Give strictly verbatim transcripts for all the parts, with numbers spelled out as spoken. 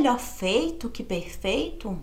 melhor feito que perfeito?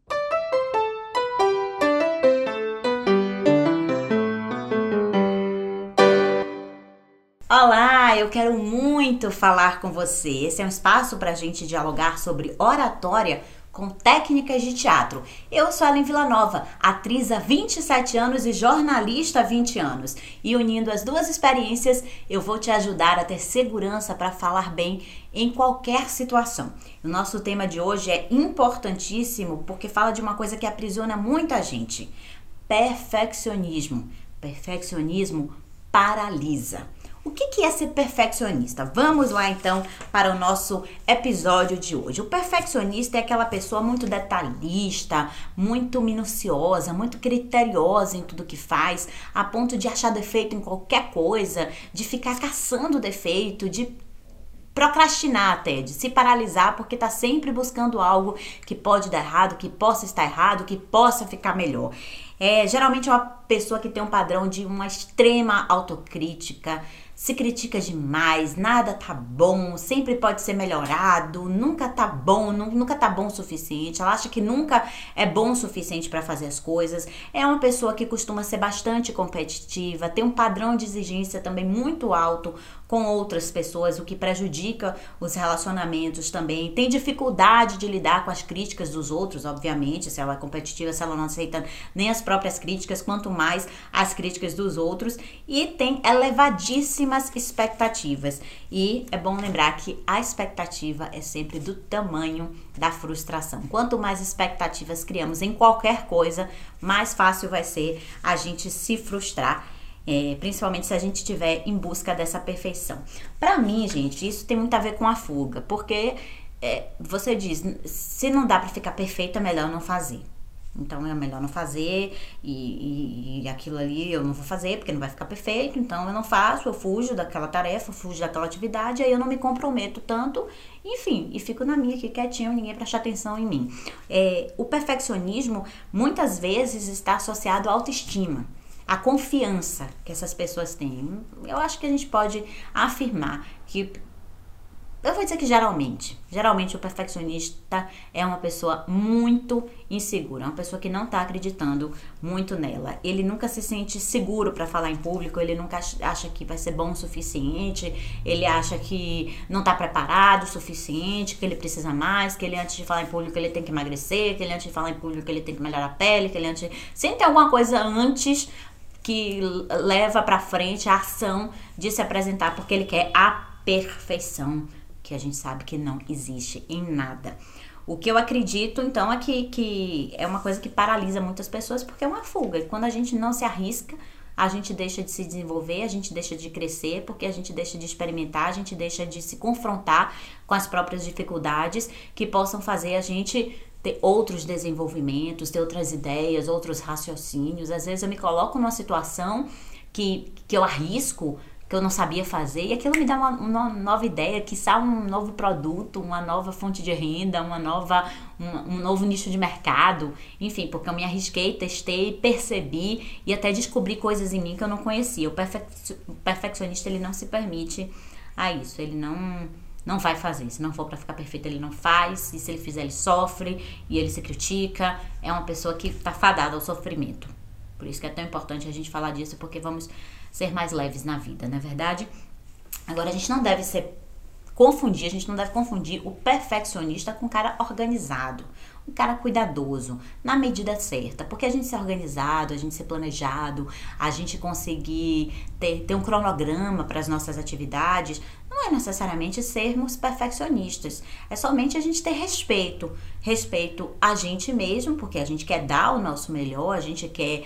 Olá, eu quero muito falar com você. Esse é um espaço para a gente dialogar sobre oratória com técnicas de teatro. Eu sou a Ellen Villanova, atriz há vinte e sete anos e jornalista há vinte anos. E unindo as duas experiências, eu vou te ajudar a ter segurança para falar bem em qualquer situação. O nosso tema de hoje é importantíssimo porque fala de uma coisa que aprisiona muita gente: perfeccionismo. Perfeccionismo paralisa. O que é ser perfeccionista? Vamos lá então para o nosso episódio de hoje. O perfeccionista é aquela pessoa muito detalhista, muito minuciosa, muito criteriosa em tudo que faz, a ponto de achar defeito em qualquer coisa, de ficar caçando defeito, de procrastinar até, de se paralisar porque está sempre buscando algo que pode dar errado, que possa estar errado, que possa ficar melhor. É, geralmente é uma pessoa que tem um padrão de uma extrema autocrítica, se critica demais, nada tá bom, sempre pode ser melhorado, nunca tá bom, nunca tá bom o suficiente, ela acha que nunca é bom o suficiente para fazer as coisas. É uma pessoa que costuma ser bastante competitiva, tem um padrão de exigência também muito alto com outras pessoas, o que prejudica os relacionamentos também. Tem dificuldade de lidar com as críticas dos outros, obviamente, se ela é competitiva, se ela não aceita nem as próprias críticas, quanto mais as críticas dos outros, e tem elevadíssimas expectativas. E é bom lembrar que a expectativa é sempre do tamanho da frustração. Quanto mais expectativas criamos em qualquer coisa, mais fácil vai ser a gente se frustrar. É, principalmente se a gente estiver em busca dessa perfeição. Pra mim, gente, isso tem muito a ver com a fuga, porque é, você diz, se não dá pra ficar perfeito, é melhor não fazer. Então é melhor não fazer e, e, e aquilo ali eu não vou fazer porque não vai ficar perfeito, então eu não faço, eu fujo daquela tarefa, eu fujo daquela atividade, aí eu não me comprometo tanto, enfim, e fico na minha aqui quietinho, ninguém presta atenção em mim. É, o perfeccionismo muitas vezes está associado à autoestima, a confiança que essas pessoas têm. Eu acho que a gente pode afirmar que, eu vou dizer que geralmente, geralmente o perfeccionista é uma pessoa muito insegura, uma pessoa que não está acreditando muito nela. Ele nunca se sente seguro para falar em público, ele nunca acha que vai ser bom o suficiente, ele acha que não está preparado o suficiente, que ele precisa mais, que ele antes de falar em público ele tem que emagrecer, que ele antes de falar em público ele tem que melhorar a pele, que ele antes... Sempre tem alguma coisa antes que leva para frente a ação de se apresentar, porque ele quer a perfeição, que a gente sabe que não existe em nada. O que eu acredito, então, é que, que é uma coisa que paralisa muitas pessoas, porque é uma fuga. E quando a gente não se arrisca, a gente deixa de se desenvolver, a gente deixa de crescer, porque a gente deixa de experimentar, a gente deixa de se confrontar com as próprias dificuldades que possam fazer a gente ter outros desenvolvimentos, ter outras ideias, outros raciocínios. Às vezes eu me coloco numa situação que, que eu arrisco, que eu não sabia fazer, e aquilo me dá uma, uma nova ideia, quiçá um novo produto, uma nova fonte de renda, uma nova, um, um novo nicho de mercado, enfim, porque eu me arrisquei, testei, percebi e até descobri coisas em mim que eu não conhecia. O, perfec, o perfeccionista, ele não se permite a isso, ele não... não vai fazer. Se não for para ficar perfeito, ele não faz. E se ele fizer, ele sofre e ele se critica. É uma pessoa que está fadada ao sofrimento. Por isso que é tão importante a gente falar disso, porque vamos ser mais leves na vida, não é verdade? Agora, a gente não deve ser confundir, a gente não deve confundir o perfeccionista com o cara organizado, um cara cuidadoso, na medida certa. Porque a gente ser organizado, a gente ser planejado, a gente conseguir ter, ter um cronograma para as nossas atividades, não é necessariamente sermos perfeccionistas. É somente a gente ter respeito. Respeito a gente mesmo, porque a gente quer dar o nosso melhor, a gente quer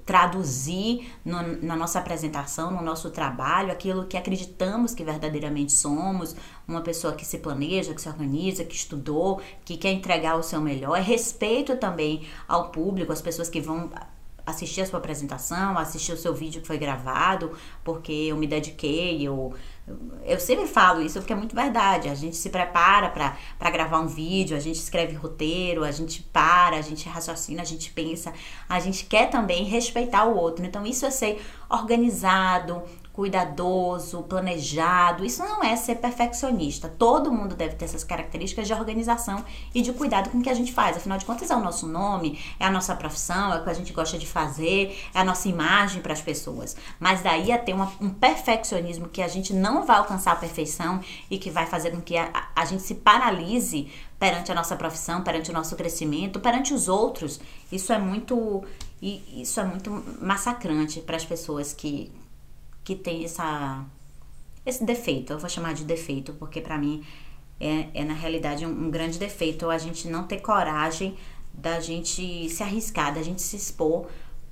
traduzir no, na nossa apresentação, no nosso trabalho, aquilo que acreditamos que verdadeiramente somos, uma pessoa que se planeja, que se organiza, que estudou, que quer entregar o seu melhor. É respeito também ao público, às pessoas que vão assistir a sua apresentação, assistir o seu vídeo que foi gravado, porque eu me dediquei, eu, eu sempre falo isso porque é muito verdade. A gente se prepara para gravar um vídeo, a gente escreve roteiro, a gente para, a gente raciocina, a gente pensa, a gente quer também respeitar o outro. Então isso é ser organizado, cuidadoso, planejado. Isso não é ser perfeccionista. Todo mundo deve ter essas características de organização e de cuidado com o que a gente faz. Afinal de contas, é o nosso nome, é a nossa profissão, é o que a gente gosta de fazer, é a nossa imagem para as pessoas. Mas daí a ter uma, um perfeccionismo que a gente não vai alcançar a perfeição e que vai fazer com que a, a gente se paralise perante a nossa profissão, perante o nosso crescimento, perante os outros. Isso é muito, isso é muito massacrante para as pessoas que, que têm essa, esse defeito. Eu vou chamar de defeito, porque para mim é, é na realidade um, um grande defeito a gente não ter coragem da gente se arriscar, da gente se expor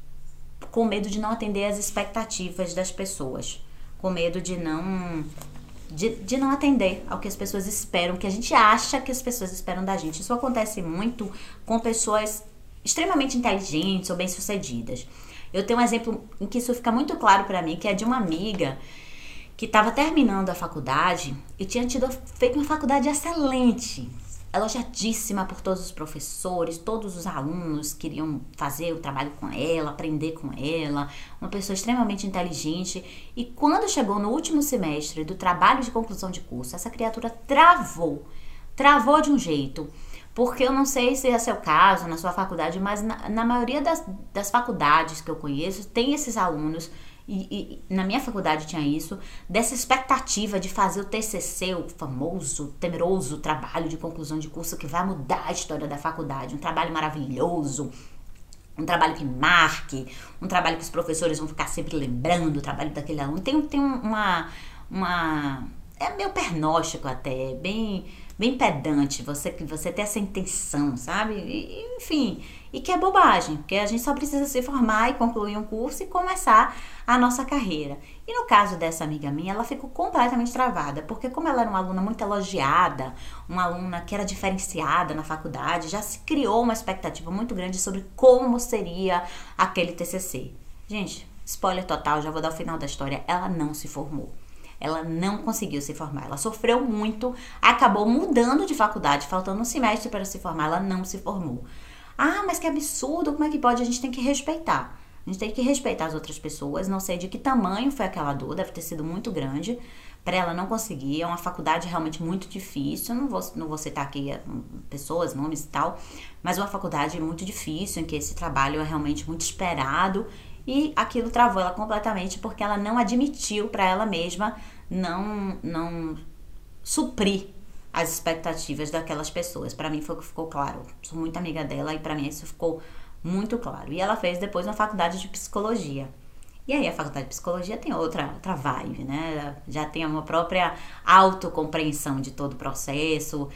com medo de não atender às expectativas das pessoas, com medo de não... De, de não atender ao que as pessoas esperam, que a gente acha que as pessoas esperam da gente. Isso acontece muito com pessoas extremamente inteligentes ou bem-sucedidas. Eu tenho um exemplo em que isso fica muito claro para mim, que é de uma amiga que estava terminando a faculdade e tinha tido, feito uma faculdade excelente, elogiadíssima por todos os professores, todos os alunos queriam fazer o trabalho com ela, aprender com ela, uma pessoa extremamente inteligente. E quando chegou no último semestre do trabalho de conclusão de curso, essa criatura travou, travou de um jeito, porque eu não sei se é seu caso na sua faculdade, mas na, na maioria das, das faculdades que eu conheço, tem esses alunos. E, e na minha faculdade tinha isso, dessa expectativa de fazer o T C C, o famoso, temeroso trabalho de conclusão de curso que vai mudar a história da faculdade, um trabalho maravilhoso, um trabalho que marque, um trabalho que os professores vão ficar sempre lembrando, o trabalho daquele aluno. Tem, tem uma, uma... é meio pernóstico até, bem, bem pedante, você, você ter essa intenção, sabe? E, enfim, e que é bobagem, porque a gente só precisa se formar e concluir um curso e começar a nossa carreira. E no caso dessa amiga minha, ela ficou completamente travada, porque como ela era uma aluna muito elogiada, uma aluna que era diferenciada na faculdade, já se criou uma expectativa muito grande sobre como seria aquele T C C. Gente, spoiler total, já vou dar o final da história, ela não se formou. Ela não conseguiu se formar, ela sofreu muito, acabou mudando de faculdade, faltando um semestre para se formar, ela não se formou. Ah, mas que absurdo, como é que pode? A gente tem que respeitar. A gente tem que respeitar as outras pessoas, não sei de que tamanho foi aquela dor, deve ter sido muito grande para ela não conseguir. É uma faculdade realmente muito difícil, não vou, não vou citar aqui pessoas, nomes e tal, mas uma faculdade muito difícil, em que esse trabalho é realmente muito esperado, e aquilo travou ela completamente porque ela não admitiu para ela mesma não, não suprir as expectativas daquelas pessoas. Para mim foi o que ficou claro. Sou muito amiga dela e para mim isso ficou muito claro. E ela fez depois uma faculdade de psicologia. E aí a faculdade de psicologia tem outra, outra vibe, né? Já tem uma própria autocompreensão de todo o processo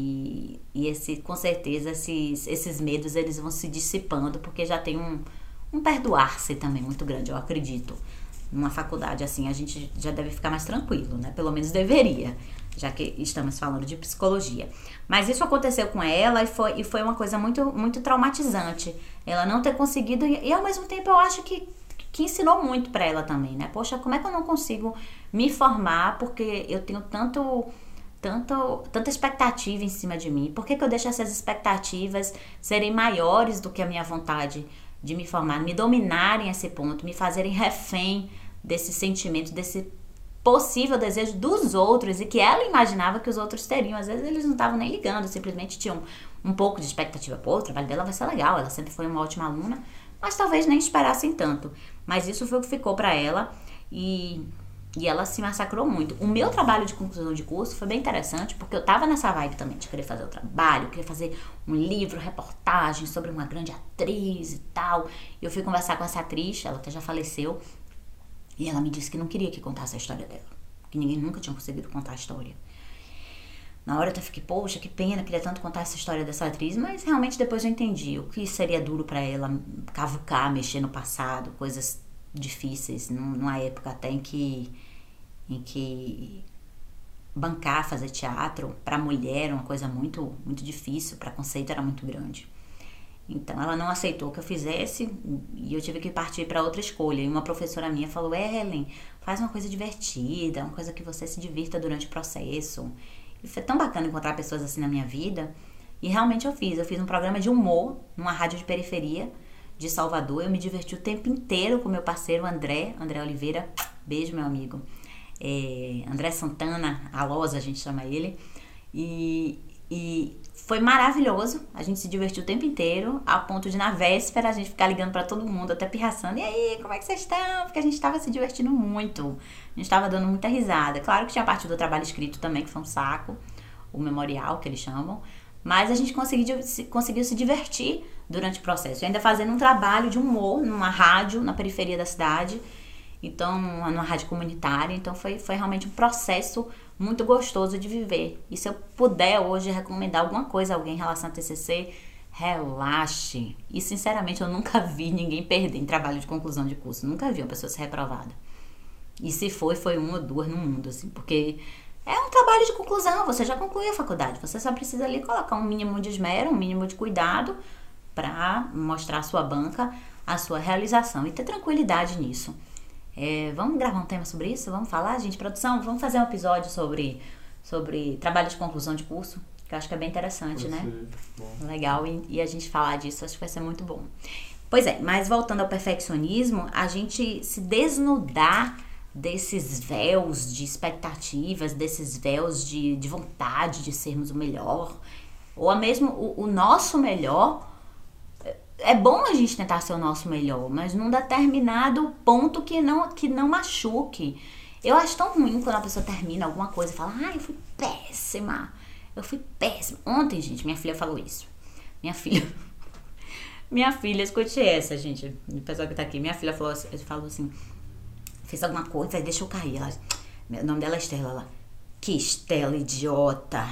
e, e esse, com certeza esses, esses medos eles vão se dissipando porque já tem um, um perdoar-se também muito grande, eu acredito. Numa faculdade assim a gente já deve ficar mais tranquilo, né? Pelo menos deveria, já que estamos falando de psicologia. Mas isso aconteceu com ela e foi, e foi uma coisa muito, muito traumatizante. Ela não ter conseguido, e, e ao mesmo tempo eu acho que, que ensinou muito pra ela também, né? Poxa, como é que eu não consigo me formar porque eu tenho tanto, tanto, tanta expectativa em cima de mim? Por que que eu deixo essas expectativas serem maiores do que a minha vontade de me formar, me dominarem a esse ponto, me fazerem refém desse sentimento, desse possível desejo dos outros e que ela imaginava que os outros teriam. Às vezes eles não estavam nem ligando, simplesmente tinham um pouco de expectativa. Pô, o trabalho dela vai ser legal, ela sempre foi uma ótima aluna, mas talvez nem esperassem tanto. Mas isso foi o que ficou pra ela e, e ela se massacrou muito. O meu trabalho de conclusão de curso foi bem interessante, porque eu tava nessa vibe também de querer fazer o trabalho, querer fazer um livro, reportagem sobre uma grande atriz e tal. E eu fui conversar com essa atriz, ela até já faleceu, e ela me disse que não queria que contasse a história dela, que ninguém nunca tinha conseguido contar a história. Na hora eu até fiquei, poxa, que pena, queria tanto contar essa história dessa atriz, mas realmente depois eu entendi o que seria duro pra ela cavucar, mexer no passado, coisas difíceis, numa época até em que, em que bancar, fazer teatro pra mulher era uma coisa muito, muito difícil, o preconceito era muito grande. Então ela não aceitou que eu fizesse e eu tive que partir para outra escolha. E uma professora minha falou, Ellen, faz uma coisa divertida, uma coisa que você se divirta durante o processo. E foi tão bacana encontrar pessoas assim na minha vida. E realmente eu fiz. Eu fiz um programa de humor numa rádio de periferia de Salvador. Eu me diverti o tempo inteiro com meu parceiro André, André Oliveira. beijo meu amigo, é, André Santana, Alosa a gente chama ele, e, e foi maravilhoso, a gente se divertiu o tempo inteiro, a ponto de na véspera a gente ficar ligando pra todo mundo, até pirraçando, e aí, como é que vocês estão? Porque a gente tava se divertindo muito, a gente tava dando muita risada. Claro que tinha a parte do trabalho escrito também, que foi um saco, o memorial que eles chamam, mas a gente conseguiu, conseguiu se divertir durante o processo, eu ainda fazendo um trabalho de humor numa rádio na periferia da cidade, então, numa rádio comunitária, então foi, foi realmente um processo muito gostoso de viver. E se eu puder hoje recomendar alguma coisa a alguém em relação ao T C C, relaxe. E sinceramente eu nunca vi ninguém perder em trabalho de conclusão de curso, nunca vi uma pessoa ser reprovada. E se foi, foi uma ou duas no mundo, assim, porque é um trabalho de conclusão, você já concluiu a faculdade, você só precisa ali colocar um mínimo de esmero, um mínimo de cuidado para mostrar a sua banca, a sua realização e ter tranquilidade nisso. É, vamos gravar um tema sobre isso? Vamos falar, gente? Produção, vamos fazer um episódio sobre, sobre trabalho de conclusão de curso, que eu acho que é bem interessante, né? Legal, e, e a gente falar disso, acho que vai ser muito bom. Pois é, mas voltando ao perfeccionismo, a gente se desnudar desses véus de expectativas, desses véus de, de vontade de sermos o melhor, ou mesmo o, o nosso melhor. É bom a gente tentar ser o nosso melhor, mas num determinado ponto que não, que não machuque. Eu acho tão ruim quando a pessoa termina alguma coisa e fala, ai, eu fui péssima, eu fui péssima. Ontem, gente, minha filha falou isso. Minha filha, minha filha, escute essa, gente, o pessoal que tá aqui, minha filha falou assim, falou assim, fez alguma coisa, aí deixa eu cair. Ela, o nome dela é Estela, ela, que Estela idiota.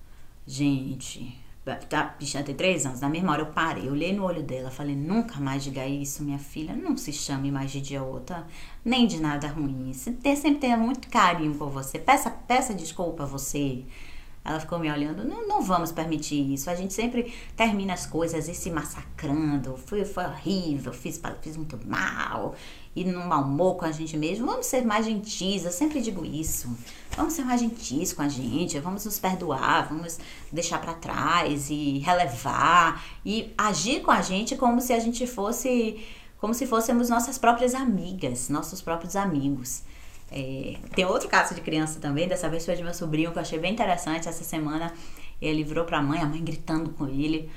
Gente... Tá, a bichinha tem três anos, na mesma hora eu parei, eu olhei no olho dela, falei, nunca mais diga isso, minha filha, não se chame mais de idiota, nem de nada ruim, você sempre tenha muito carinho por você, peça, peça desculpa a você. Ela ficou me olhando, não, não vamos permitir isso, a gente sempre termina as coisas e se massacrando, foi, foi horrível, fiz, fiz muito mal, e num mau humor com a gente mesmo, vamos ser mais gentis, eu sempre digo isso, vamos ser mais gentis com a gente, vamos nos perdoar, vamos deixar pra trás e relevar, e agir com a gente como se a gente fosse, como se fôssemos nossas próprias amigas, nossos próprios amigos. É, tem outro caso de criança também, dessa vez foi de meu sobrinho, que eu achei bem interessante. Essa semana ele virou pra mãe, a mãe gritando com ele,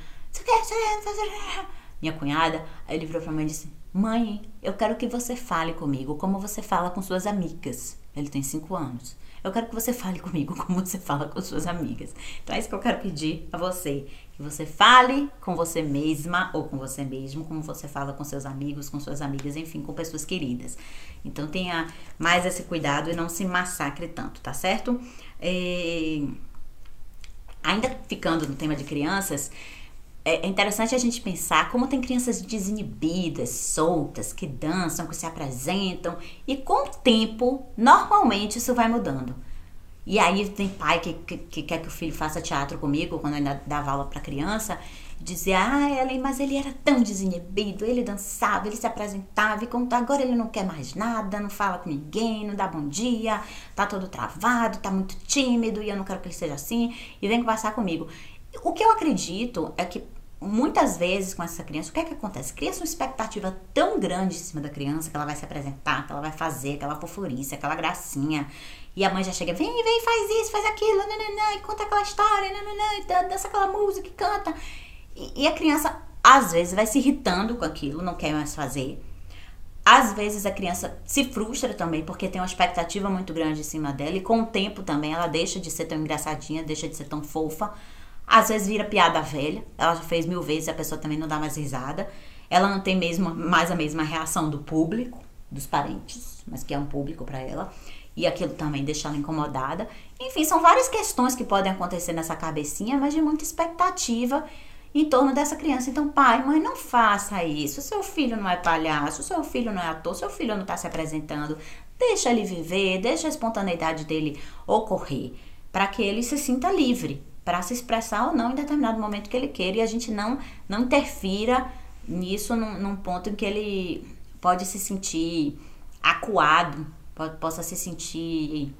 minha cunhada, aí ele virou pra mãe e disse, mãe, eu quero que você fale comigo como você fala com suas amigas. Ele tem cinco anos. Eu quero que você fale comigo como você fala com suas amigas. Então é isso que eu quero pedir a você. Que você fale com você mesma ou com você mesmo, como você fala com seus amigos, com suas amigas, enfim, com pessoas queridas. Então tenha mais esse cuidado e não se massacre tanto, tá certo? É... Ainda ficando no tema de crianças, é interessante a gente pensar como tem crianças desinibidas, soltas, que dançam, que se apresentam, e com o tempo, normalmente isso vai mudando. E aí tem pai que, que, que quer que o filho faça teatro comigo, quando eu ainda dava aula pra criança, dizia, ah, Ellen, mas ele era tão desinibido, ele dançava, ele se apresentava, e agora ele não quer mais nada, não fala com ninguém, não dá bom dia, tá todo travado, tá muito tímido, e eu não quero que ele seja assim, e vem conversar comigo. O que eu acredito é que muitas vezes com essa criança, o que é que acontece? Cria-se uma expectativa tão grande em cima da criança, que ela vai se apresentar, que ela vai fazer aquela fofurice, aquela gracinha, e a mãe já chega, vem, vem, faz isso, faz aquilo, nananã, e conta aquela história, nananã, dança aquela música, e canta. E, e a criança, às vezes, vai se irritando com aquilo, não quer mais fazer. Às vezes a criança se frustra também, porque tem uma expectativa muito grande em cima dela, e com o tempo também ela deixa de ser tão engraçadinha, deixa de ser tão fofa. Às vezes vira piada velha, ela já fez mil vezes e a pessoa também não dá mais risada. Ela não tem mesmo, mais a mesma reação do público, dos parentes, mas que é um público para ela. E aquilo também deixa ela incomodada. Enfim, são várias questões que podem acontecer nessa cabecinha, mas de muita expectativa em torno dessa criança. Então, pai, mãe, não faça isso. Seu filho não é palhaço, seu filho não é ator, seu filho não está se apresentando. Deixa ele viver, deixa a espontaneidade dele ocorrer, para que ele se sinta livre, para se expressar ou não em determinado momento que ele queira, e a gente não, não interfira nisso num, num ponto em que ele pode se sentir acuado, pode, possa se sentir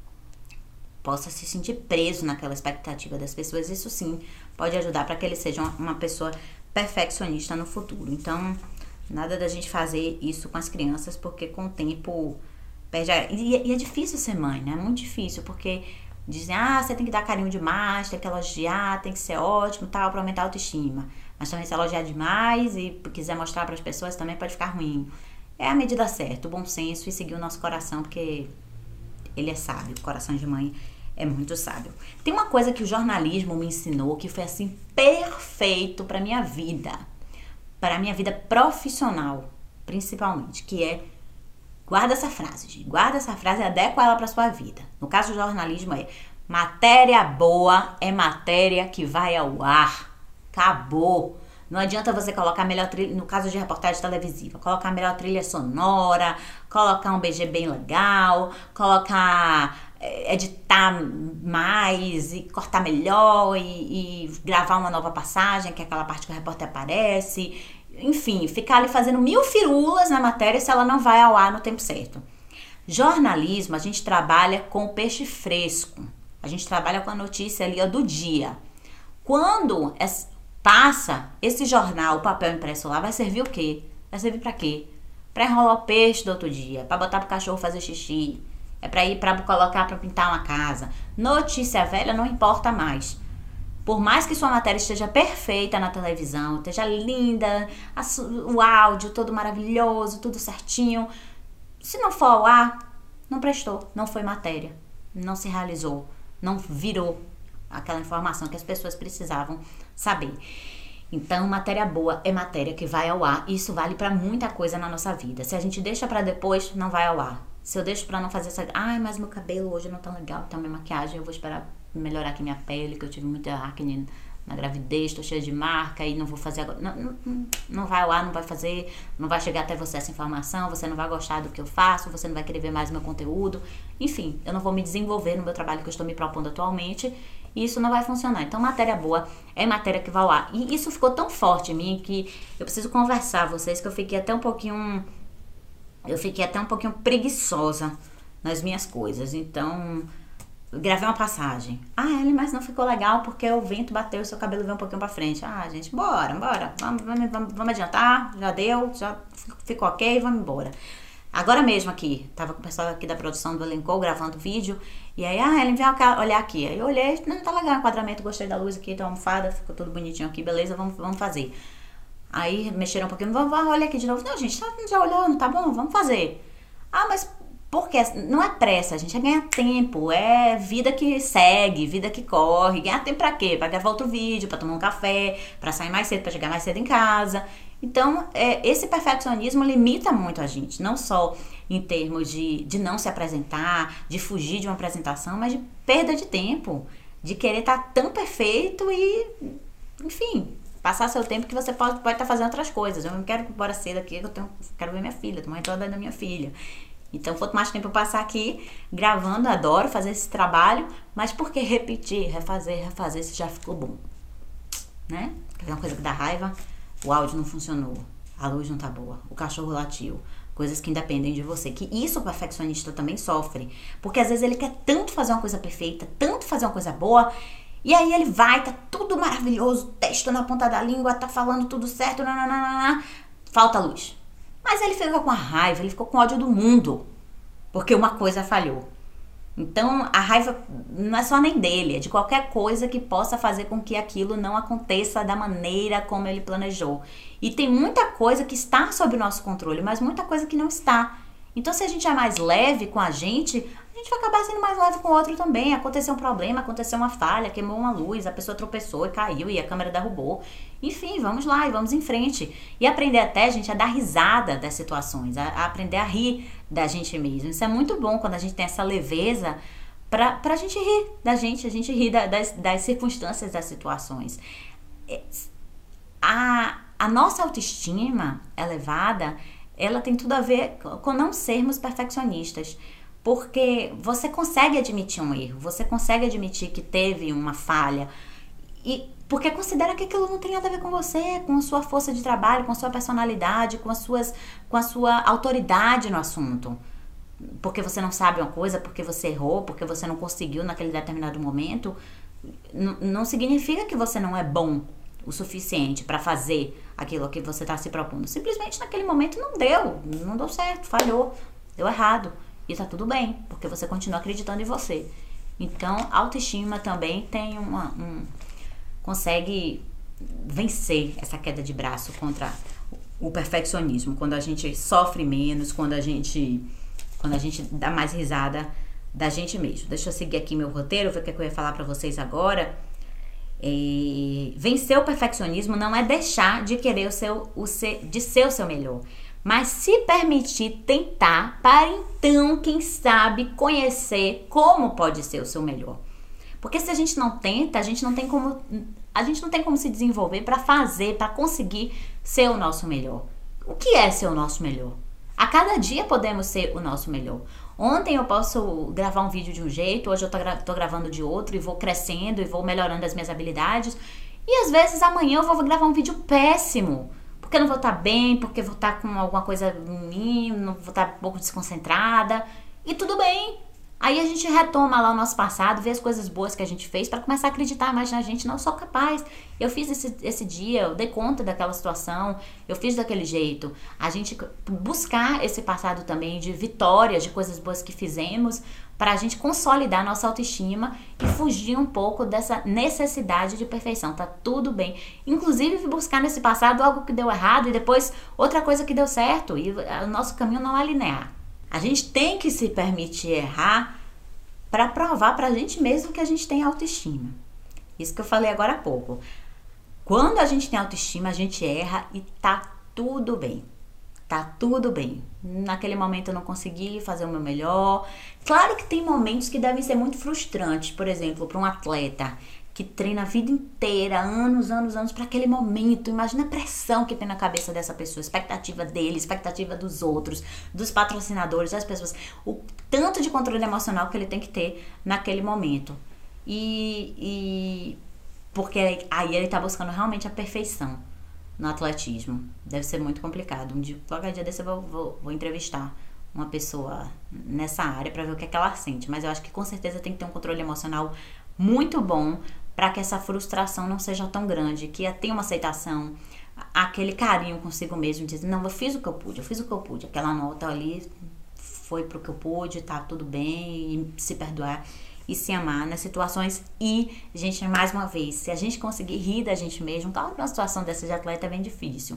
possa se sentir preso naquela expectativa das pessoas. Isso sim pode ajudar para que ele seja uma, uma pessoa perfeccionista no futuro. Então, nada da gente fazer isso com as crianças, porque com o tempo Perde a, e, e é difícil ser mãe, né? É muito difícil, porque dizem, ah, você tem que dar carinho demais, tem que elogiar, tem que ser ótimo, tal, pra aumentar a autoestima. Mas também se elogiar demais e quiser mostrar para as pessoas também pode ficar ruim. É a medida certa, o bom senso e seguir o nosso coração, porque ele é sábio, o coração de mãe é muito sábio. Tem uma coisa que o jornalismo me ensinou que foi assim perfeito para minha vida, para minha vida profissional, principalmente, que é guarda essa frase, gente. Guarda essa frase e adequa ela para sua vida. No caso do jornalismo é matéria boa é matéria que vai ao ar. Acabou. Não adianta você colocar a melhor trilha, no caso de reportagem televisiva, colocar a melhor trilha sonora, colocar um B G bem legal, colocar, editar mais e cortar melhor e, e gravar uma nova passagem, que é aquela parte que o repórter aparece. Enfim, ficar ali fazendo mil firulas na matéria se ela não vai ao ar no tempo certo. Jornalismo, a gente trabalha com o peixe fresco. A gente trabalha com a notícia ali ó, do dia. Quando passa esse jornal, o papel impresso lá, vai servir o quê? Vai servir pra quê? Pra enrolar o peixe do outro dia, pra botar pro cachorro fazer xixi, é pra ir pra colocar pra pintar uma casa. Notícia velha não importa mais. Por mais que sua matéria esteja perfeita na televisão, esteja linda, o áudio todo maravilhoso, tudo certinho, se não for ao ar, não prestou, não foi matéria, não se realizou, não virou aquela informação que as pessoas precisavam saber. Então, matéria boa é matéria que vai ao ar. Isso vale para muita coisa na nossa vida. Se a gente deixa para depois, não vai ao ar. Se eu deixo para não fazer essa... Ai, mas meu cabelo hoje não tá legal, então minha maquiagem, eu vou esperar melhorar aqui minha pele, que eu tive muita acne na gravidez, tô cheia de marca e não vou fazer agora. Não, não, não vai ao ar, não vai fazer, não vai chegar até você essa informação, você não vai gostar do que eu faço, você não vai querer ver mais meu conteúdo. Enfim, eu não vou me desenvolver no meu trabalho que eu estou me propondo atualmente e isso não vai funcionar. Então, matéria boa é matéria que vai ao ar. E isso ficou tão forte em mim que eu preciso conversar com vocês que eu fiquei até um pouquinho... Eu fiquei até um pouquinho preguiçosa nas minhas coisas. Então... gravei uma passagem. Ah, Ellen, mas não ficou legal porque o vento bateu e seu cabelo veio um pouquinho pra frente. Ah, gente, bora, bora. Vamos, vamos, vamos, vamos adiantar. Já deu, já ficou ok, vamos embora. Agora mesmo aqui, tava com o pessoal aqui da produção do Elenco gravando vídeo. E aí, ah, Ellen, vem olhar aqui. Aí eu olhei, não, tá legal o enquadramento, gostei da luz aqui, da almofada, ficou tudo bonitinho aqui, beleza, vamos, vamos fazer. Aí mexeram um pouquinho, vamos, vamos olhar aqui de novo. Não, gente, já olhou, não tá bom, vamos fazer. Ah, mas... porque não é pressa, gente, é ganhar tempo, é vida que segue, vida que corre. Ganhar tempo pra quê? Pra gravar outro vídeo, pra tomar um café, pra sair mais cedo, pra chegar mais cedo em casa. Então, é, esse perfeccionismo limita muito a gente, não só em termos de, de não se apresentar, de fugir de uma apresentação, mas de perda de tempo, de querer estar tão perfeito e, enfim, passar seu tempo que você pode estar pode fazendo outras coisas. Eu não quero ir embora cedo aqui, eu tenho, quero ver minha filha, tô morrendo toda da minha filha. Então, quanto mais tempo eu passar aqui gravando, adoro fazer esse trabalho, mas por que repetir, refazer, refazer se já ficou bom? Né? Quer ver uma coisa que dá raiva? O áudio não funcionou, a luz não tá boa, o cachorro latiu, coisas que independem de você. Que isso o perfeccionista também sofre, porque às vezes ele quer tanto fazer uma coisa perfeita, tanto fazer uma coisa boa, e aí ele vai, tá tudo maravilhoso, texto na ponta da língua, tá falando tudo certo, nananana, falta luz. Mas ele ficou com a raiva, ele ficou com ódio do mundo, porque uma coisa falhou. Então, a raiva não é só nem dele, é de qualquer coisa que possa fazer com que aquilo não aconteça da maneira como ele planejou. E tem muita coisa que está sob o nosso controle, mas muita coisa que não está. Então, se a gente é mais leve com a gente, a gente vai acabar sendo mais leve com o outro também. Aconteceu um problema, aconteceu uma falha, queimou uma luz, a pessoa tropeçou e caiu e a câmera derrubou. Enfim, vamos lá e vamos em frente. E aprender até, gente, a dar risada das situações, a, a aprender a rir da gente mesmo. Isso é muito bom quando a gente tem essa leveza pra, pra gente rir da gente, a gente rir da, das, das circunstâncias, das situações. A, a nossa autoestima elevada, ela tem tudo a ver com não sermos perfeccionistas. Porque você consegue admitir um erro, você consegue admitir que teve uma falha, e porque considera que aquilo não tem nada a ver com você, com a sua força de trabalho, com a sua personalidade, com, as suas, com a sua autoridade no assunto. Porque você não sabe uma coisa, porque você errou, porque você não conseguiu naquele determinado momento, n- não significa que você não é bom o suficiente para fazer aquilo que você está se propondo. Simplesmente naquele momento não deu, não deu certo, falhou, deu errado. E tá tudo bem, porque você continua acreditando em você. Então, a autoestima também tem uma, um, consegue vencer essa queda de braço contra o perfeccionismo. Quando a gente sofre menos, quando a gente, quando a gente dá mais risada da gente mesmo. Deixa eu seguir aqui meu roteiro, ver o que eu ia falar pra vocês agora. É, vencer o perfeccionismo não é deixar de querer o seu, o ser, de ser o seu melhor, mas se permitir tentar para então, quem sabe, conhecer como pode ser o seu melhor. Porque se a gente não tenta, a gente não tem como, a gente não tem como se desenvolver para fazer, para conseguir ser o nosso melhor. O que é ser o nosso melhor? A cada dia podemos ser o nosso melhor. Ontem eu posso gravar um vídeo de um jeito, hoje eu tô, gra- tô gravando de outro e vou crescendo e vou melhorando as minhas habilidades. E às vezes amanhã eu vou gravar um vídeo péssimo, porque eu não vou estar bem, porque eu vou estar com alguma coisa em mim, não vou estar um pouco desconcentrada. E tudo bem. Aí a gente retoma lá o nosso passado, vê as coisas boas que a gente fez para começar a acreditar mais na gente. Não, eu sou capaz. Eu fiz esse, esse dia, eu dei conta daquela situação, eu fiz daquele jeito. A gente buscar esse passado também de vitórias, de coisas boas que fizemos, para a gente consolidar nossa autoestima e fugir um pouco dessa necessidade de perfeição. Tá tudo bem. Inclusive buscar nesse passado algo que deu errado e depois outra coisa que deu certo. E o nosso caminho não é linear. A gente tem que se permitir errar para provar pra gente mesmo que a gente tem autoestima. Isso que eu falei agora há pouco. Quando a gente tem autoestima, a gente erra e tá tudo bem. Tá tudo bem. Naquele momento eu não consegui fazer o meu melhor. Claro que tem momentos que devem ser muito frustrantes. Por exemplo, para um atleta que treina a vida inteira, anos, anos, anos, para aquele momento. Imagina a pressão que tem na cabeça dessa pessoa, expectativa dele, expectativa dos outros, dos patrocinadores, das pessoas. O tanto de controle emocional que ele tem que ter naquele momento. E, e porque aí ele tá buscando realmente a perfeição no atletismo. Deve ser muito complicado. Um dia, qualquer dia desse eu vou, vou, vou entrevistar uma pessoa nessa área para ver o que é que ela sente. Mas eu acho que com certeza tem que ter um controle emocional muito bom para que essa frustração não seja tão grande, que tenha uma aceitação, aquele carinho consigo mesmo, dizer, não, eu fiz o que eu pude, eu fiz o que eu pude, aquela nota ali foi pro que eu pude, tá tudo bem, e se perdoar e se amar nas situações. E, gente, mais uma vez, se a gente conseguir rir da gente mesmo, claro que uma situação dessa de atleta é bem difícil,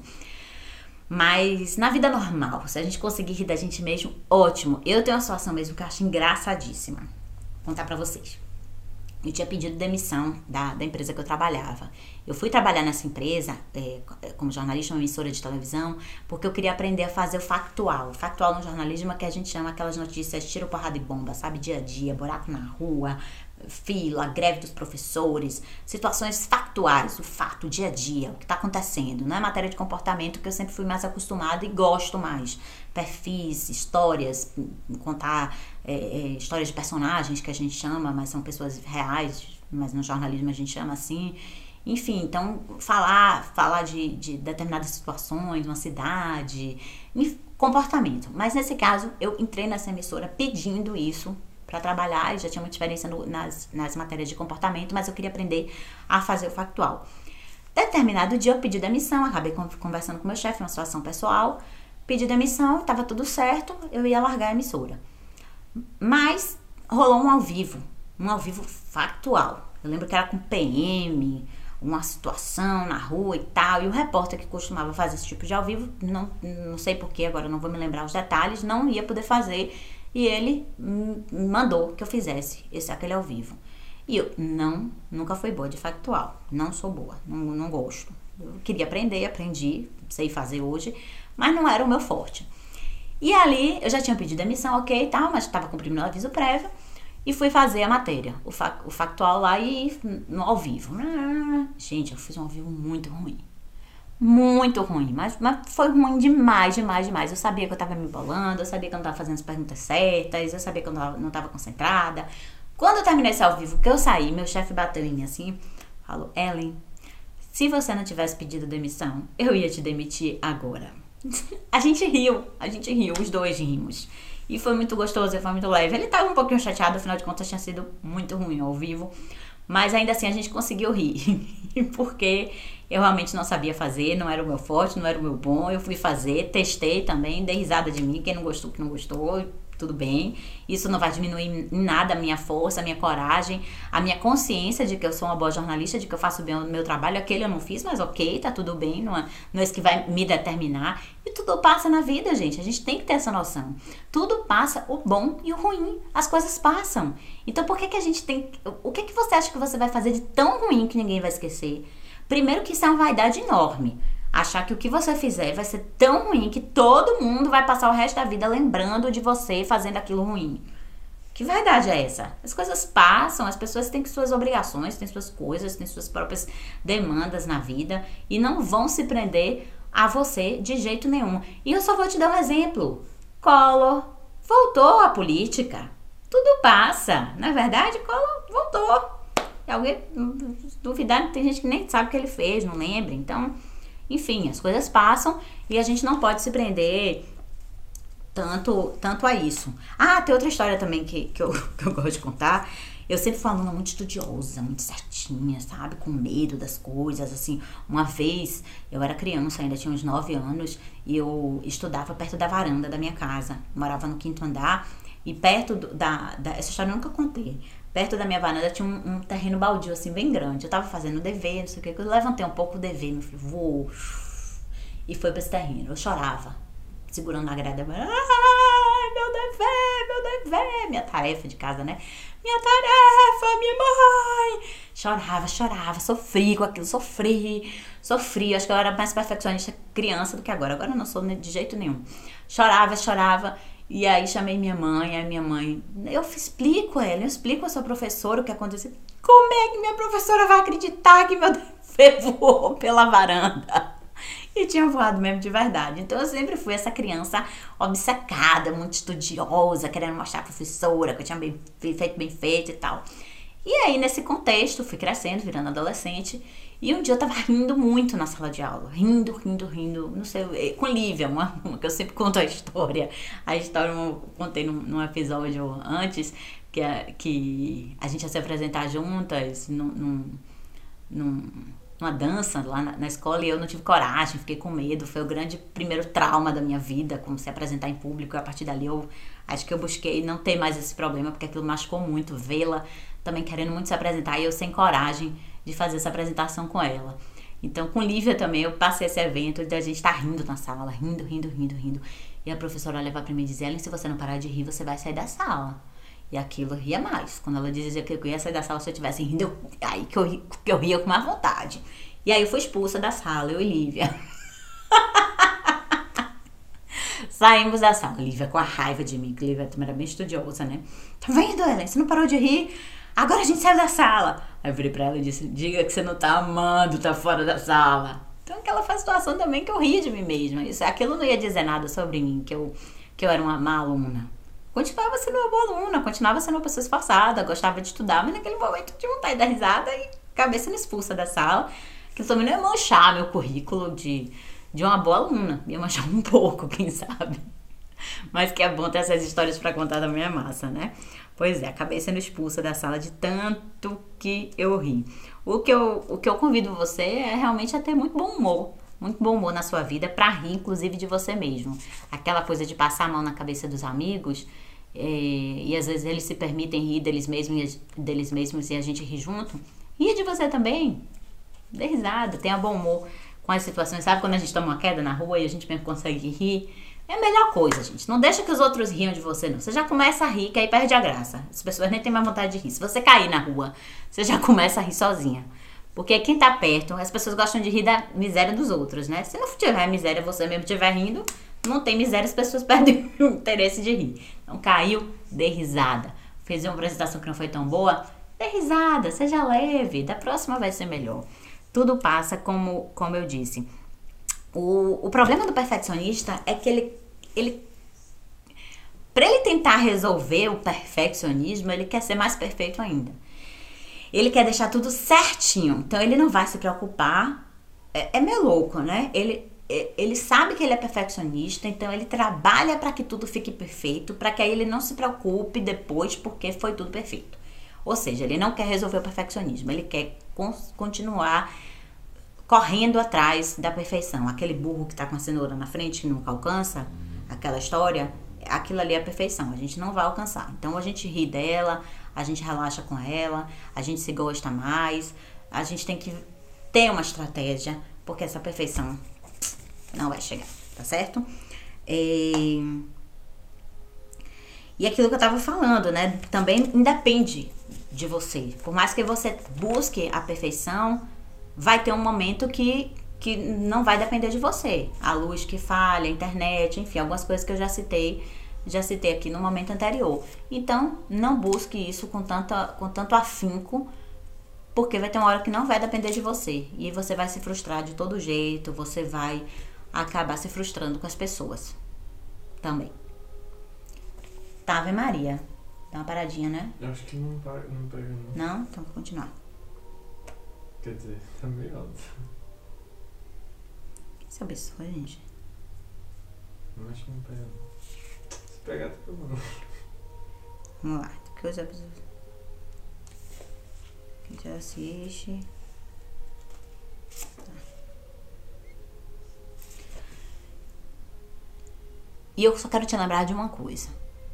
mas na vida normal, se a gente conseguir rir da gente mesmo, ótimo. Eu tenho uma situação mesmo que eu acho engraçadíssima, vou contar pra vocês. Eu tinha pedido demissão da, da empresa que eu trabalhava. Eu fui trabalhar nessa empresa é, como jornalista, uma emissora de televisão, porque eu queria aprender a fazer o factual. O factual no jornalismo é que a gente chama aquelas notícias tiro, porrada e bomba, sabe? Dia a dia, buraco na rua, fila, greve dos professores, situações factuais, o fato, o dia a dia, o que está acontecendo. Não é matéria de comportamento, que eu sempre fui mais acostumada e gosto mais. Perfis, histórias, contar é, é, histórias de personagens que a gente chama, mas são pessoas reais, mas no jornalismo a gente chama assim. Enfim, então falar, falar de, de determinadas situações, uma cidade, comportamento. Mas nesse caso eu entrei nessa emissora pedindo isso para trabalhar, e já tinha muita experiência no, nas, nas matérias de comportamento, mas eu queria aprender a fazer o factual. Determinado dia eu pedi demissão, acabei conversando com meu chefe, uma situação pessoal, pedi demissão, estava tudo certo, eu ia largar a emissora. Mas rolou um ao vivo, um ao vivo factual. Eu lembro que era com P M, uma situação na rua e tal, e o repórter que costumava fazer esse tipo de ao vivo, não, não sei porquê, agora não vou me lembrar os detalhes, não ia poder fazer, e ele me mandou que eu fizesse esse, aquele ao vivo. E eu, não, nunca fui boa de factual, não sou boa, não, não gosto. Eu queria aprender, aprendi, sei fazer hoje, mas não era o meu forte. E ali, eu já tinha pedido demissão, ok e tal, mas estava cumprindo meu aviso prévio, e fui fazer a matéria, o, fa o factual lá e no ao vivo. Gente, eu fiz um ao vivo muito ruim. Muito ruim, mas, mas foi ruim demais, demais, demais. Eu sabia que eu tava me embolando, eu sabia que eu não tava fazendo as perguntas certas, eu sabia que eu não tava, não tava concentrada. Quando eu terminei esse ao vivo, que eu saí, meu chefe bateu em mim assim, falou, Ellen, se você não tivesse pedido demissão, eu ia te demitir agora. A gente riu, a gente riu, os dois rimos. E foi muito gostoso, foi muito leve. Ele tava um pouquinho chateado, afinal de contas tinha sido muito ruim ao vivo. Mas ainda assim a gente conseguiu rir, porque eu realmente não sabia fazer, não era o meu forte, não era o meu bom. Eu fui fazer, testei também, dei risada de mim, quem não gostou, que não gostou, tudo bem. Isso não vai diminuir em nada a minha força, a minha coragem, a minha consciência de que eu sou uma boa jornalista, de que eu faço bem o meu trabalho. Aquele eu não fiz, mas ok, tá tudo bem, não é, não é isso que vai me determinar. E tudo passa na vida, gente. A gente tem que ter essa noção. Tudo passa, o bom e o ruim. As coisas passam. Então por que que a gente tem... O que que você acha que você vai fazer de tão ruim que ninguém vai esquecer? Primeiro que isso é uma vaidade enorme. Achar que o que você fizer vai ser tão ruim que todo mundo vai passar o resto da vida lembrando de você fazendo aquilo ruim. Que vaidade é essa? As coisas passam, as pessoas têm suas obrigações, têm suas coisas, têm suas próprias demandas na vida e não vão se prender a você de jeito nenhum. E eu só vou te dar um exemplo. Collor voltou à política. Tudo passa. Na verdade, Collor voltou. Se alguém duvidar, tem gente que nem sabe o que ele fez, não lembra. Então... Enfim, as coisas passam e a gente não pode se prender tanto, tanto a isso. Ah, tem outra história também que, que, eu, que eu gosto de contar. Eu sempre fui uma aluna muito estudiosa, muito certinha, sabe? Com medo das coisas, assim. Uma vez, eu era criança, ainda tinha uns nove anos, e eu estudava perto da varanda da minha casa. Morava no quinto andar e perto do, da, da... Essa história eu nunca contei. Perto da minha varanda tinha um, um terreno baldio, assim, bem grande. Eu tava fazendo dever, não sei o que. Eu levantei um pouco o dever, meu filho, voou. E foi pra esse terreno. Eu chorava, segurando a grade. Ai, meu dever, meu dever. Minha tarefa de casa, né? Minha tarefa, minha mãe. Chorava, chorava, sofri com aquilo, sofri. Sofri, acho que eu era mais perfeccionista criança do que agora. Agora eu não sou de jeito nenhum. Chorava, chorava. E aí chamei minha mãe, aí minha mãe, eu explico a ela, eu explico a sua professora o que aconteceu. Como é que minha professora vai acreditar que meu dever voou pela varanda? E tinha voado mesmo de verdade. Então eu sempre fui essa criança obcecada, muito estudiosa, querendo mostrar à professora que eu tinha bem, feito bem feito e tal. E aí nesse contexto, fui crescendo, virando adolescente. E um dia eu tava rindo muito na sala de aula. Rindo, rindo, rindo. Não sei, com Lívia, uma, uma que eu sempre conto a história. A história eu contei num, num episódio antes, que a, que a gente ia se apresentar juntas num, num, num, numa dança lá na, na escola. E eu não tive coragem, fiquei com medo. Foi o grande primeiro trauma da minha vida, como se apresentar em público. E a partir dali eu acho que eu busquei não ter mais esse problema, porque aquilo machucou muito. Vê-la também querendo muito se apresentar e eu sem coragem de fazer essa apresentação com ela. Então, com Lívia também, eu passei esse evento de a gente estar rindo na sala, rindo, rindo, rindo, rindo. E a professora olhava pra mim e dizia, Ellen, se você não parar de rir, você vai sair da sala. E aquilo ria mais. Quando ela dizia que eu ia sair da sala se eu estivesse rindo, eu, aí que eu, ri, que eu ria com mais vontade. E aí eu fui expulsa da sala, eu e Lívia. Saímos da sala, Lívia com a raiva de mim, que Lívia também era bem estudiosa, né? Tá vendo, Ellen? Você não parou de rir? Agora a gente saiu da sala. Aí eu virei pra ela e disse, diga que você não tá amando, tá fora da sala. Então aquela foi a situação também que eu ria de mim mesma. Isso, aquilo não ia dizer nada sobre mim, que eu, que eu era uma má aluna. Continuava sendo uma boa aluna, continuava sendo uma pessoa esforçada, gostava de estudar, mas naquele momento eu tinha vontade de dar risada e cabeça me expulsa da sala. Que também não ia manchar meu currículo de, de uma boa aluna. Ia manchar um pouco, quem sabe. Mas que é bom ter essas histórias pra contar da minha massa, né? Pois é, acabei sendo expulsa da sala de tanto que eu ri. O que eu, o que eu convido você é realmente a ter muito bom humor. Muito bom humor na sua vida, pra rir, inclusive, de você mesmo. Aquela coisa de passar a mão na cabeça dos amigos, é, e às vezes eles se permitem rir deles mesmos, deles mesmos e a gente ri junto. Ria de você também. Dê risada, tenha bom humor com as situações. Sabe quando a gente toma uma queda na rua e a gente mesmo consegue rir? É a melhor coisa, gente. Não deixa que os outros riam de você, não. Você já começa a rir, que aí perde a graça. As pessoas nem têm mais vontade de rir. Se você cair na rua, você já começa a rir sozinha. Porque quem tá perto, as pessoas gostam de rir da miséria dos outros, né? Se não tiver miséria, você mesmo estiver rindo, não tem miséria, as pessoas perdem o interesse de rir. Então caiu, dê risada. Fez uma apresentação que não foi tão boa, dê risada, seja leve. Da próxima vai ser melhor. Tudo passa, como, como eu disse. O, o problema do perfeccionista é que ele, ele para ele tentar resolver o perfeccionismo, ele quer ser mais perfeito ainda. Ele quer deixar tudo certinho, então ele não vai se preocupar. É, é meio louco, né? Ele, ele sabe que ele é perfeccionista, então ele trabalha para que tudo fique perfeito, para que aí ele não se preocupe depois porque foi tudo perfeito. Ou seja, ele não quer resolver o perfeccionismo, ele quer continuar correndo atrás da perfeição. Aquele burro que tá com a cenoura na frente que nunca alcança, aquela história, aquilo ali é a perfeição, a gente não vai alcançar. Então a gente ri dela, a gente relaxa com ela, a gente se gosta mais, a gente tem que ter uma estratégia, porque essa perfeição não vai chegar, tá certo? E, e aquilo que eu tava falando, né, também independe de você. Por mais que você busque a perfeição, vai ter um momento que, que não vai depender de você. A luz que falha, a internet, enfim, algumas coisas que eu já citei, já citei aqui no momento anterior. Então, não busque isso com, tanta, com tanto afinco, porque vai ter uma hora que não vai depender de você. E você vai se frustrar de todo jeito, você vai acabar se frustrando com as pessoas também. Tá, Ave Maria. Dá uma paradinha, né? Eu acho que não, para, não pega, não. Não? Então vou continuar. Quer dizer, tá meio alto. Que abençoe, gente. Não acho que não pega, não. Se pegar, tá pegando. Vamos lá. Que os episódios. Quem já assiste. Tá. E eu só quero te lembrar de uma coisa.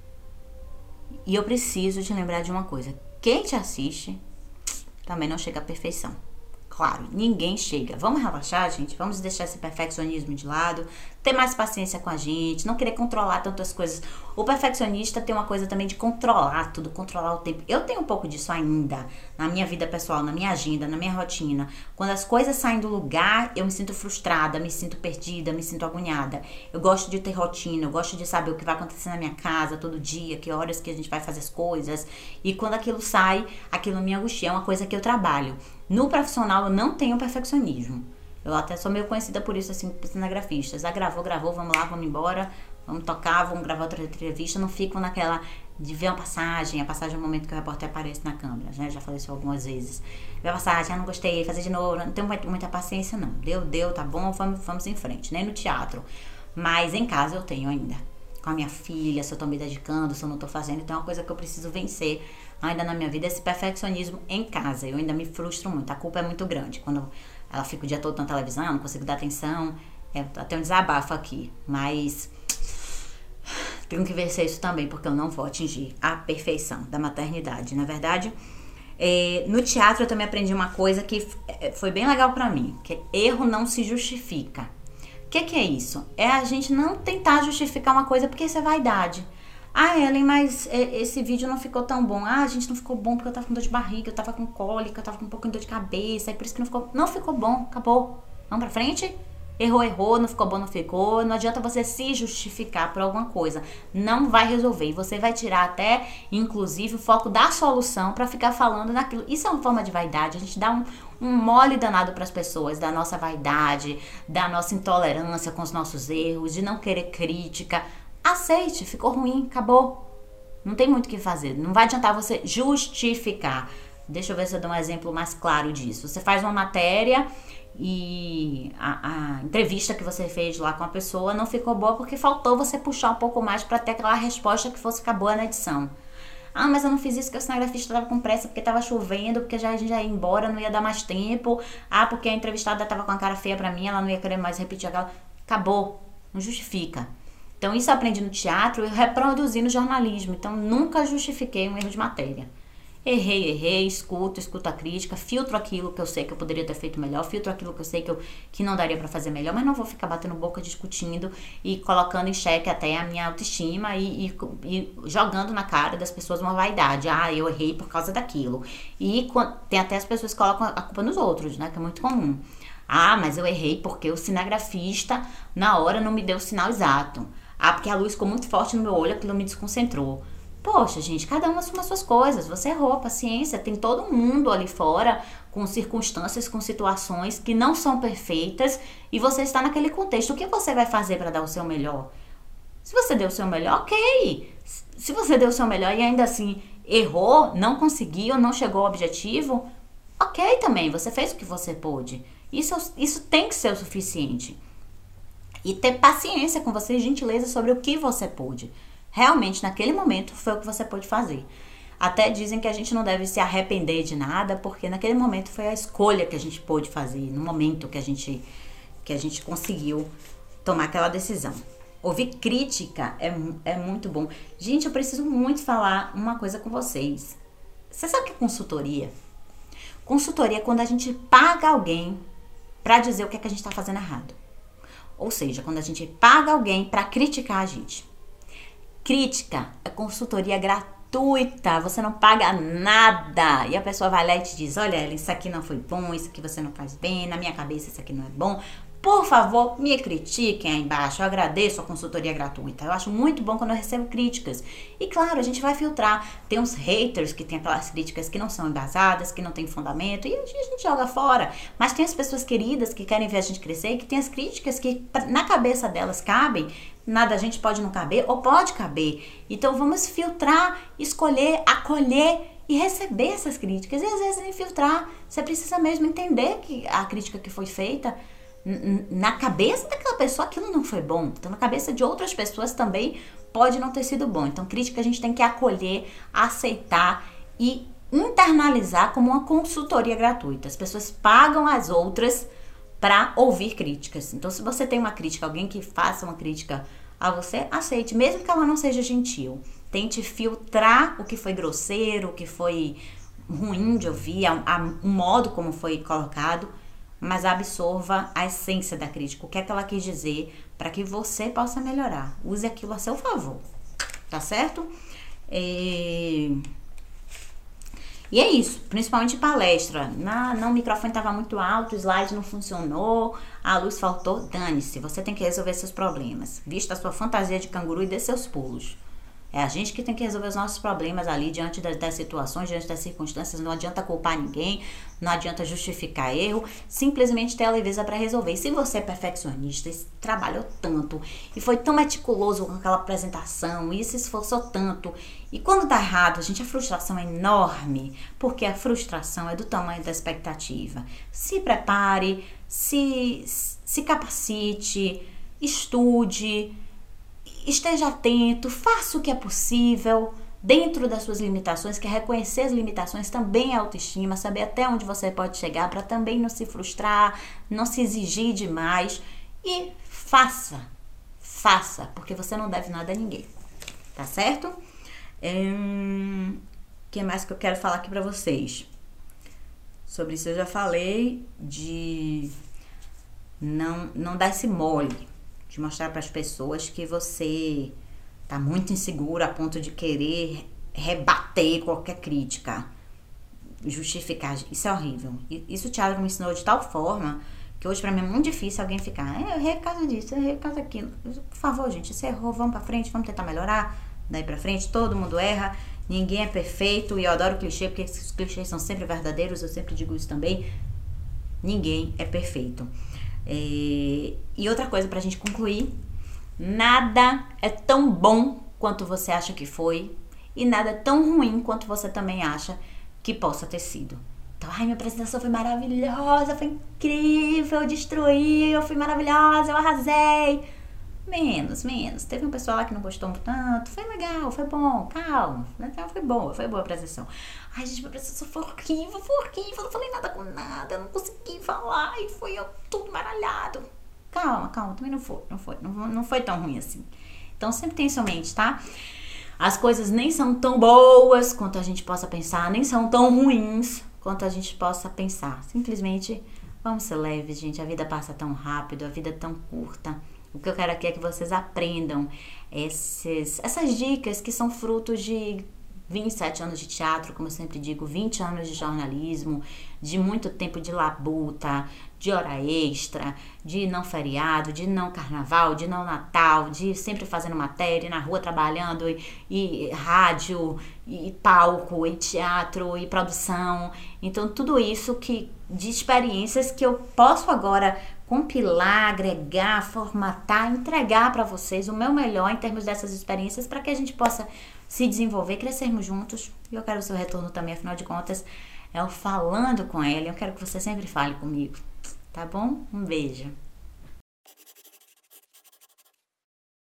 E eu preciso te lembrar de uma coisa. Quem te assiste também não chega à perfeição. Claro, ninguém chega. Vamos relaxar, gente? Vamos deixar esse perfeccionismo de lado. Ter mais paciência com a gente. Não querer controlar tantas coisas. O perfeccionista tem uma coisa também de controlar tudo. Controlar o tempo. Eu tenho um pouco disso ainda. Na minha vida pessoal, na minha agenda, na minha rotina. Quando as coisas saem do lugar, eu me sinto frustrada, me sinto perdida, me sinto agoniada. Eu gosto de ter rotina. Eu gosto de saber o que vai acontecer na minha casa todo dia. Que horas que a gente vai fazer as coisas. E quando aquilo sai, aquilo me angustia. É uma coisa que eu trabalho. No profissional, eu não tenho perfeccionismo. Eu até sou meio conhecida por isso, assim, por cinegrafistas. Ah, gravou, gravou, vamos lá, vamos embora, vamos tocar, vamos gravar outra entrevista. Não fico naquela de ver uma passagem, a passagem é o momento que o repórter aparece na câmera, né? Já falei isso algumas vezes. Ver a passagem, ah, não gostei, fazer de novo, não tenho muita paciência, não. Deu, deu, tá bom, vamos, vamos em frente. Nem no teatro. Mas em casa eu tenho ainda. Com a minha filha, se eu tô me dedicando, se eu não tô fazendo, então é uma coisa que eu preciso vencer ainda na minha vida, esse perfeccionismo em casa. Eu ainda me frustro muito, a culpa é muito grande. Quando ela fica o dia todo na televisão, eu não consigo dar atenção, é até um desabafo aqui. Mas tenho que vencer isso também, porque eu não vou atingir a perfeição da maternidade, na verdade. É, no teatro eu também aprendi uma coisa que foi bem legal pra mim, que erro não se justifica. O que, que é isso? É a gente não tentar justificar uma coisa porque isso é vaidade. Ah, Ellen, mas esse vídeo não ficou tão bom. Ah, a gente não ficou bom porque eu tava com dor de barriga, eu tava com cólica, eu tava com um pouco de dor de cabeça, e por isso que não ficou... Não ficou bom, acabou. Vamos pra frente? Errou, errou, não ficou bom, não ficou. Não adianta você se justificar por alguma coisa. Não vai resolver. E você vai tirar até, inclusive, o foco da solução pra ficar falando naquilo. Isso é uma forma de vaidade. A gente dá um, um mole danado pras pessoas, da nossa vaidade, da nossa intolerância com os nossos erros, de não querer crítica. Aceite, ficou ruim, acabou. Não tem muito o que fazer. Não vai adiantar você justificar. Deixa eu ver se eu dou um exemplo mais claro disso. Você faz uma matéria e a, a entrevista que você fez lá com a pessoa não ficou boa porque faltou você puxar um pouco mais para ter aquela resposta que fosse ficar boa na edição. Ah, mas eu não fiz isso porque o cinegrafista estava com pressa, porque estava chovendo, porque já, a gente já ia embora, não ia dar mais tempo. Ah, porque a entrevistada estava com a cara feia para mim, ela não ia querer mais repetir aquela... Acabou. Não justifica. Então, isso eu aprendi no teatro e reproduzi no jornalismo. Então, nunca justifiquei um erro de matéria. Errei, errei, escuto, escuto a crítica, filtro aquilo que eu sei que eu poderia ter feito melhor, filtro aquilo que eu sei que, eu, que não daria pra fazer melhor, mas não vou ficar batendo boca, discutindo e colocando em xeque até a minha autoestima e, e, e jogando na cara das pessoas uma vaidade. Ah, eu errei por causa daquilo. E tem até as pessoas que colocam a culpa nos outros, né, que é muito comum. Ah, mas eu errei porque o cinegrafista na hora não me deu o sinal exato. Ah, porque a luz ficou muito forte no meu olho, aquilo me desconcentrou. Poxa, gente, cada um assume as suas coisas. Você errou, paciência. Tem todo mundo ali fora com circunstâncias, com situações que não são perfeitas e você está naquele contexto. O que você vai fazer para dar o seu melhor? Se você deu o seu melhor, ok. Se você deu o seu melhor e ainda assim errou, não conseguiu, não chegou ao objetivo, ok também. Você fez o que você pôde. Isso, isso tem que ser o suficiente. E ter paciência com você e gentileza sobre o que você pôde. Realmente, naquele momento, foi o que você pôde fazer. Até dizem que a gente não deve se arrepender de nada, porque naquele momento foi a escolha que a gente pôde fazer, no momento que a gente, que a gente conseguiu tomar aquela decisão. Ouvir crítica é, é muito bom. Gente, eu preciso muito falar uma coisa com vocês. Você sabe o que é consultoria? Consultoria é quando a gente paga alguém pra dizer o que é que a gente tá fazendo errado. Ou seja, quando a gente paga alguém pra criticar a gente. Crítica é consultoria gratuita, você não paga nada. E a pessoa vai lá e te diz, olha, isso aqui não foi bom, isso aqui você não faz bem, na minha cabeça isso aqui não é bom. Por favor, me critiquem aí embaixo. Eu agradeço a consultoria gratuita. Eu acho muito bom quando eu recebo críticas. E claro, a gente vai filtrar. Tem uns haters que tem aquelas críticas que não são embasadas, que não tem fundamento, e a gente joga fora. Mas tem as pessoas queridas que querem ver a gente crescer e que tem as críticas que na cabeça delas cabem. Nada a gente pode não caber ou pode caber. Então vamos filtrar, escolher, acolher e receber essas críticas. E às vezes nem filtrar. Você precisa mesmo entender que a crítica que foi feita, na cabeça daquela pessoa aquilo não foi bom. Então na cabeça de outras pessoas também pode não ter sido bom. Então crítica a gente tem que acolher, aceitar e internalizar como uma consultoria gratuita. As pessoas pagam as outras para ouvir críticas. Então se você tem uma crítica, alguém que faça uma crítica a você, aceite, mesmo que ela não seja gentil. Tente filtrar o que foi grosseiro, o que foi ruim de ouvir, a, a, o modo como foi colocado, mas absorva a essência da crítica, o que é que ela quis dizer, para que você possa melhorar. Use aquilo a seu favor, tá certo? E, e é isso, principalmente palestra. Na, não, o microfone estava muito alto, o slide não funcionou, a luz faltou, dane-se, você tem que resolver seus problemas. Vista a sua fantasia de canguru e dê seus pulos. É a gente que tem que resolver os nossos problemas ali diante das, das situações, diante das circunstâncias. Não adianta culpar ninguém, não adianta justificar erro, simplesmente ter a leveza para resolver. E se você é perfeccionista, trabalhou tanto e foi tão meticuloso com aquela apresentação e se esforçou tanto, e quando dá errado, gente, a frustração é enorme, porque a frustração é do tamanho da expectativa. Se prepare, se, se capacite, estude, esteja atento, faça o que é possível dentro das suas limitações, que é reconhecer as limitações também é autoestima, saber até onde você pode chegar para também não se frustrar, não se exigir demais e faça, faça, porque você não deve nada a ninguém, tá certo? Hum, o que mais que eu quero falar aqui para vocês? Sobre isso eu já falei, de não, não dar esse mole, de mostrar para as pessoas que você tá muito inseguro a ponto de querer rebater qualquer crítica, justificar. Isso é horrível. Isso o Thiago me ensinou de tal forma que hoje para mim é muito difícil alguém ficar, eu errei por causa disso, eu errei por causa daquilo. Por favor, gente, você errou, vamos para frente, vamos tentar melhorar. Daí para frente, todo mundo erra, ninguém é perfeito, e eu adoro clichê, porque esses clichês são sempre verdadeiros, eu sempre digo isso também. Ninguém é perfeito. É, e outra coisa pra gente concluir, nada é tão bom quanto você acha que foi e nada é tão ruim quanto você também acha que possa ter sido. Então, ai, minha apresentação foi maravilhosa, foi incrível, eu destruí, eu fui maravilhosa, eu arrasei. Menos, menos. Teve um pessoal lá que não gostou tanto. Foi legal, foi bom, calma. Foi boa, foi boa a apresentação. Ai, gente, minha apresentação foi horrível, foi horrível. Eu não falei nada com nada, eu não consegui falar e foi eu, tudo baralhado. Calma, calma, também não foi, não foi, não, não foi tão ruim assim. Então sempre tenha isso em mente, tá? As coisas nem são tão boas quanto a gente possa pensar, nem são tão ruins quanto a gente possa pensar. Simplesmente vamos ser leves, gente. A vida passa tão rápido, a vida é tão curta. O que eu quero aqui é que vocês aprendam esses, essas dicas que são frutos de vinte e sete anos de teatro, como eu sempre digo, vinte anos de jornalismo, de muito tempo de labuta, de hora extra, de não feriado, de não carnaval, de não Natal, de sempre fazendo matéria, na rua trabalhando, e, e rádio, e palco, e teatro, e produção. Então tudo isso que, de experiências que eu posso agora compilar, agregar, formatar, entregar para vocês o meu melhor em termos dessas experiências para que a gente possa se desenvolver, crescermos juntos. E eu quero o seu retorno também, afinal de contas, é o falando com ela. Eu quero que você sempre fale comigo, tá bom? Um beijo.